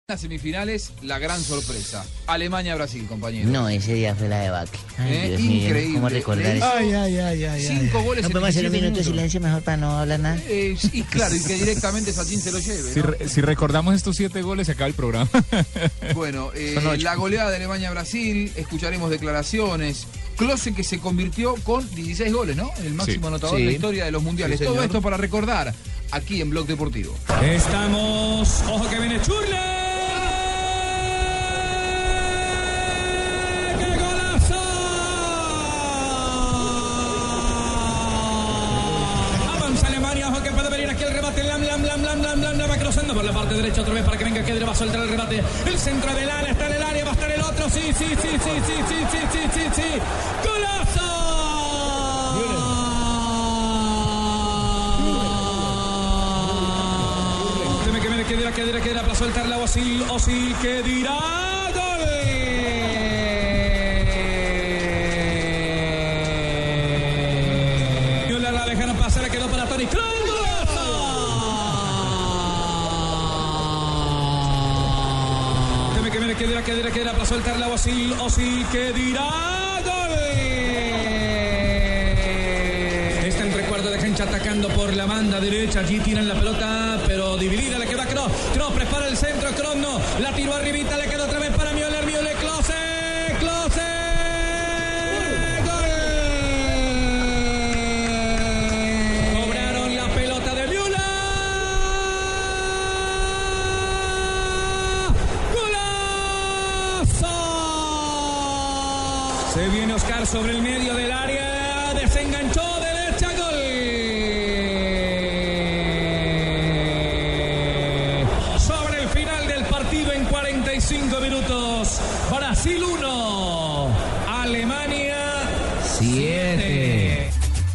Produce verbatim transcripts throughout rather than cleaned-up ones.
Las semifinales, la gran sorpresa. Alemania-Brasil, compañero. No, ese día fue la debacle. Ay, ¿Eh? Dios Increíble. mío, ¿cómo recordar eso? Ay, ay, ay, ay. Cinco ay. goles ¿No en podemos hacer un diecisiete minuto de minutos. silencio mejor para no hablar nada? Eh, y claro, y que directamente Sachin se lo lleve, Si, ¿no? re- si recordamos estos siete goles, se acaba el programa. Bueno, eh, Son ocho. la goleada de Alemania-Brasil, escucharemos declaraciones. Klose, que se convirtió con dieciséis goles, ¿no? El máximo Sí. anotador Sí. de la historia de los mundiales. Sí, Todo señor. esto para recordar aquí en Blog Deportivo. Estamos, ojo que viene Churla. ¡Qué golazo! Avanza Alemania, ojo que puede venir aquí el rebate. Lam, lam, lam, lam, lam, lam, lam, va cruzando por la parte derecha otra vez para que venga Kedira, va a soltar el rebate. El centro del área, está en el área, va a estar el otro. Sí, sí, sí, sí, sí, sí, sí, sí, sí, sí. ¡Golazo! Dime que viene Kedira, Kedira, Kedira para soltarla. Osil, Osil, Kedira. ¡Gol! Müller la dejaron pasar, le quedó para Toni Kroos. ¡Golazo! Dime que viene Kedira, Kedira, Kedira para soltarla. Osil, Osil, Kedira. ¡Gol! Está en recuerdo de Gencha atacando por la banda derecha. Allí tiran la pelota, pero dividida. Le queda Kroos. Kroos prepara el centro. Kroos no. La tiró arribita. Le queda otra vez para Müller. Müller, Klose. Klose. Gol. Cobraron la pelota de Müller. ¡Golazo! Se viene Oscar sobre el medio del área. Desenganchó derecha. Gol. Sobre el final del partido en cuarenta y cinco minutos. Brasil uno. Alemania siete.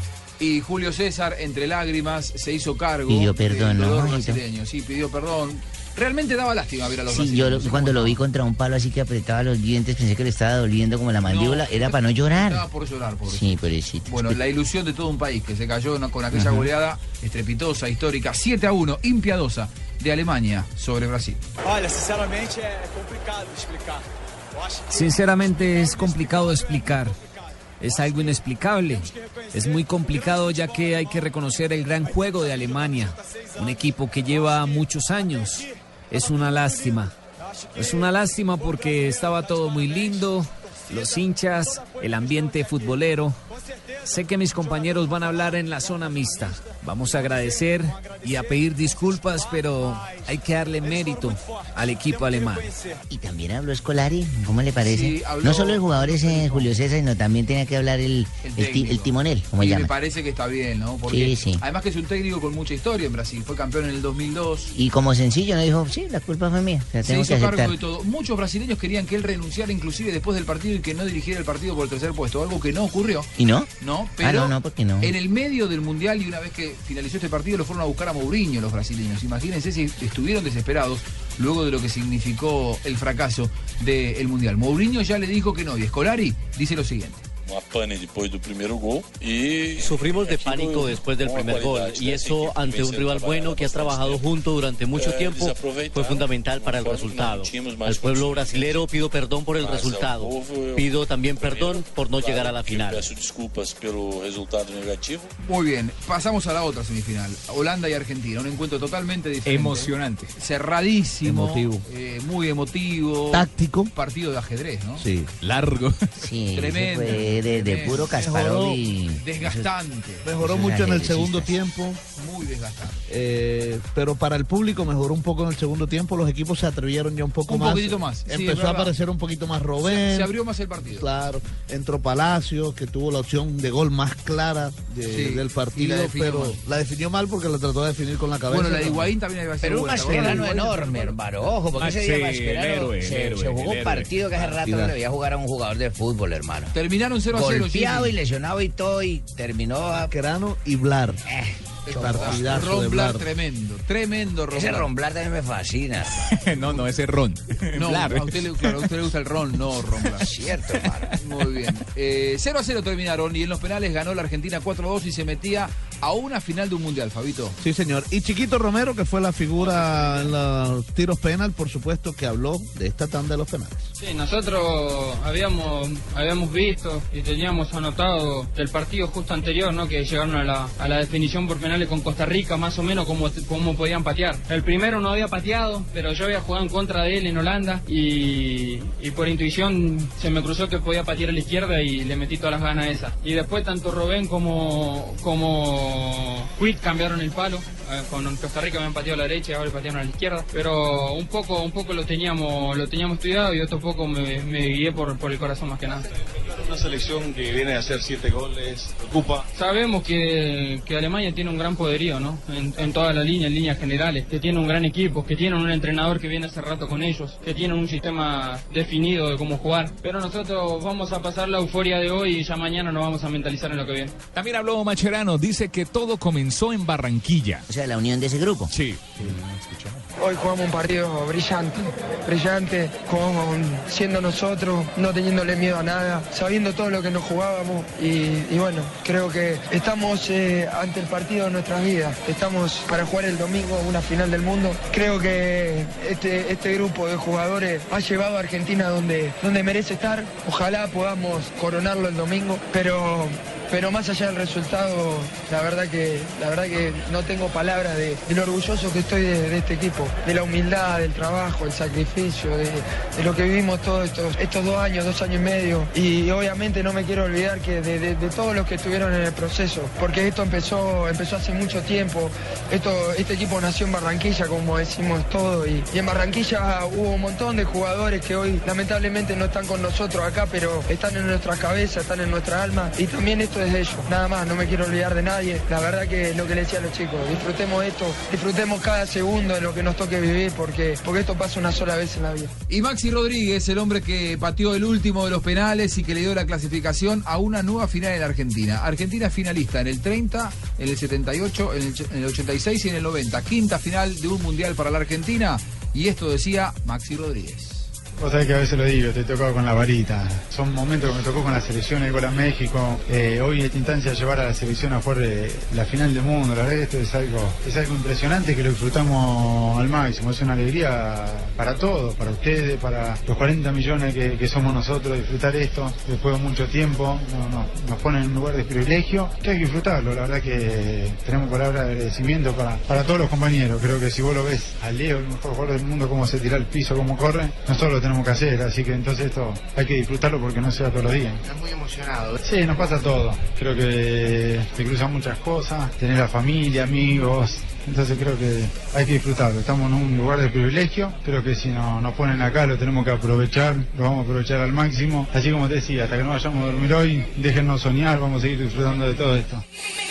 Y Julio César, entre lágrimas, se hizo cargo Pidió perdón, del dolor ¿no? brasileño. Sí, pidió perdón. Realmente daba lástima ver a los Sí, yo brasileños. lo- cuando lo vi contra un palo así que apretaba los dientes, pensé que le estaba doliendo como la mandíbula, era para no Estaba llorar. por llorar, pobrecito. Sí, pobrecito. Bueno, la ilusión de todo un país que se cayó ¿no? con aquella goleada estrepitosa, histórica, siete a uno, impiadosa, de Alemania sobre Brasil. Olha, sinceramente é complicado de explicar. Eu acho que Sinceramente es complicado de explicar. Es algo inexplicable. Es muy complicado ya que hay que reconocer el gran juego de Alemania. Un equipo que lleva muchos años. Es una lástima. Es una lástima porque estaba todo muy lindo. Los hinchas, el ambiente futbolero. Sé que mis compañeros van a hablar en la zona mixta. Vamos a agradecer y a pedir disculpas, pero hay que darle mérito al equipo alemán. Y también habló Scolari, ¿cómo le parece? Sí, habló- No solo el jugador ese Julio César, sino también tenía que hablar el, El el, ti- técnico. el timonel, como Y me llaman. parece que está bien, ¿no? Porque Sí, sí. además que es un técnico con mucha historia en Brasil. Fue campeón en el dos mil dos. Y como sencillo, no dijo, sí, la culpa fue mía, o sea, Se tengo que hizo cargo aceptar. de todo. Muchos brasileños querían que él renunciara inclusive después del partido y que no dirigiera el partido por el tercer puesto. Algo que no ocurrió. ¿Y no? No, Ah, pero no, no, ¿por qué no? en el medio del Mundial y una vez que finalizó este partido lo fueron a buscar a Mourinho los brasileños. Imagínense si estuvieron desesperados luego de lo que significó el fracaso del Mundial. Mourinho ya le dijo que no y Scolari dice lo siguiente. Uma pane depois do primeiro gol e Sufrimos de pánico después del primer gol y eso ante un rival bueno que ha trabajado junto durante mucho tiempo fue fundamental para el resultado. Al pueblo brasilero pido perdón por el resultado. Pido también perdón por no llegar a la final. Peço desculpas pelo resultado negativo. Muy bien, pasamos a la otra semifinal. Holanda y Argentina, un encuentro totalmente diferente. Emocionante. Cerradísimo. Emotivo. eh, muy emotivo. Táctico. Partido de ajedrez, ¿no? Sí. Largo. Sí, Tremendo. eso fue de, de tremendo. puro Kasparov y... Desgastante. Mejoró Esos mucho en el ajedrecistas. segundo tiempo, Muy desgastante. eh, pero para el público mejoró un poco en el segundo tiempo. Los equipos se atrevieron ya un poco Un más. poquitito más, sí, es Empezó a verdad. aparecer un poquito más Se, Robén. se abrió más el partido. Claro, entró Palacio, que tuvo la opción de gol más clara de- Sí, del y partido, la definió pero mal. la definió mal porque la trató de definir con la cabeza. Bueno, la de ¿no? Higuaín también iba a ser Pero un buena. ¿te acuerdas? Mascherano La de Higuaín, enorme, hermano. Ojo, porque Ah, ese sí, día el Mascherano héroe, el se, héroe, se jugó el héroe. partido que hace rato no le veía jugar a un jugador de fútbol, hermano. Terminaron cero a cero. Golpeado Jimmy. y lesionado y todo, y terminó a... Mascherano y Blar. Eh, Es verdad. Ron Blar tremendo, tremendo Ron Ese Blar. Ron Blar también me fascina. no, no, ese Ron. No, Blar. a usted, le, claro, a usted le gusta el Ron, no Ron Blar. Cierto, hermano. Muy bien. Eh, cero a cero terminaron y en los penales ganó la Argentina cuatro a dos y se metía a una final de un mundial, Fabito. Sí, señor. Y Chiquito Romero, que fue la figura en los tiros penal, por supuesto, que habló de esta tanda de los penales. Sí, nosotros habíamos habíamos visto y teníamos anotado del partido justo anterior, ¿no? Que llegaron a la, a la definición por penales con Costa Rica, más o menos cómo, cómo podían patear. El primero no había pateado, pero yo había jugado en contra de él en Holanda y, y por intuición se me cruzó que podía patear a la izquierda y le metí todas las ganas a esa. Y después tanto Robén como como Quick cambiaron el palo. Con Costa Rica me han pateado a la derecha y ahora patearon a la izquierda, pero un poco un poco lo teníamos lo teníamos estudiado y otro poco me, me guié por, por el corazón más que nada. Una selección que viene a hacer siete goles, preocupa. Sabemos que, que Alemania tiene un gran poderío, ¿no? En, en toda la línea, en líneas generales, que tiene un gran equipo, que tiene un entrenador que viene hace rato con ellos, que tiene un sistema definido de cómo jugar, pero nosotros vamos a pasar la euforia de hoy y ya mañana nos vamos a mentalizar en lo que viene. También habló Macherano, dice que todo comenzó en Barranquilla. O sea, la unión de ese grupo. Sí. Hoy jugamos un partido brillante, brillante, jugamos siendo nosotros, no teniéndole miedo a nada, sabiendo todo lo que nos jugábamos y, y bueno, creo que estamos eh, ante el partido de nuestras vidas, estamos para jugar el domingo una final del mundo. Creo que este, este grupo de jugadores ha llevado a Argentina donde, donde merece estar, ojalá podamos coronarlo el domingo, pero... Pero más allá del resultado, la verdad que la verdad que no tengo palabras de, de lo orgulloso que estoy de, de este equipo, de la humildad, del trabajo, el sacrificio, de, de lo que vivimos todos estos, estos dos años, dos años y medio. Y obviamente no me quiero olvidar que de, de, de todos los que estuvieron en el proceso, porque esto empezó, empezó hace mucho tiempo. Esto, este equipo nació en Barranquilla, como decimos todo, y, y en Barranquilla hubo un montón de jugadores que hoy lamentablemente no están con nosotros acá, pero están en nuestra cabeza, están en nuestra alma, y también esto es de ellos. Nada más, no me quiero olvidar de nadie. La verdad que lo que le decía a los chicos, disfrutemos esto, disfrutemos cada segundo de lo que nos toque vivir, porque, porque esto pasa una sola vez en la vida. Y Maxi Rodríguez, el hombre que pateó el último de los penales y que le dio la clasificación a una nueva final en Argentina. Argentina finalista en el treinta, en el setenta y ocho, en el, en el ochenta y seis y en el noventa. Quinta final de un mundial para la Argentina. Y esto decía Maxi Rodríguez. Vos sabés que a veces lo digo, te he tocado con la varita. Son momentos que me tocó con la selección, el gol a México. Eh, hoy en esta instancia llevar a la selección a jugar de la final del mundo, la verdad que esto es algo, es algo impresionante que lo disfrutamos al máximo. Es una alegría para todos, para ustedes, para los cuarenta millones que, que somos nosotros, disfrutar esto después de mucho tiempo. No, no, nos ponen en un lugar de privilegio que hay que disfrutarlo. La verdad que tenemos palabras de agradecimiento para, para todos los compañeros. Creo que si vos lo ves a Leo, el mejor jugador del mundo, cómo se tira al piso, cómo corre, nosotros lo tenemos que hacer, así que entonces esto hay que disfrutarlo porque no sea todos los días. Estás muy emocionado. Sí, nos pasa todo. Creo que te cruzan muchas cosas, tener la familia, amigos, entonces creo que hay que disfrutarlo. Estamos en un lugar de privilegio, creo que si no, nos ponen acá lo tenemos que aprovechar, lo vamos a aprovechar al máximo. Así como te decía, hasta que no vayamos a dormir hoy, déjennos soñar, vamos a seguir disfrutando de todo esto.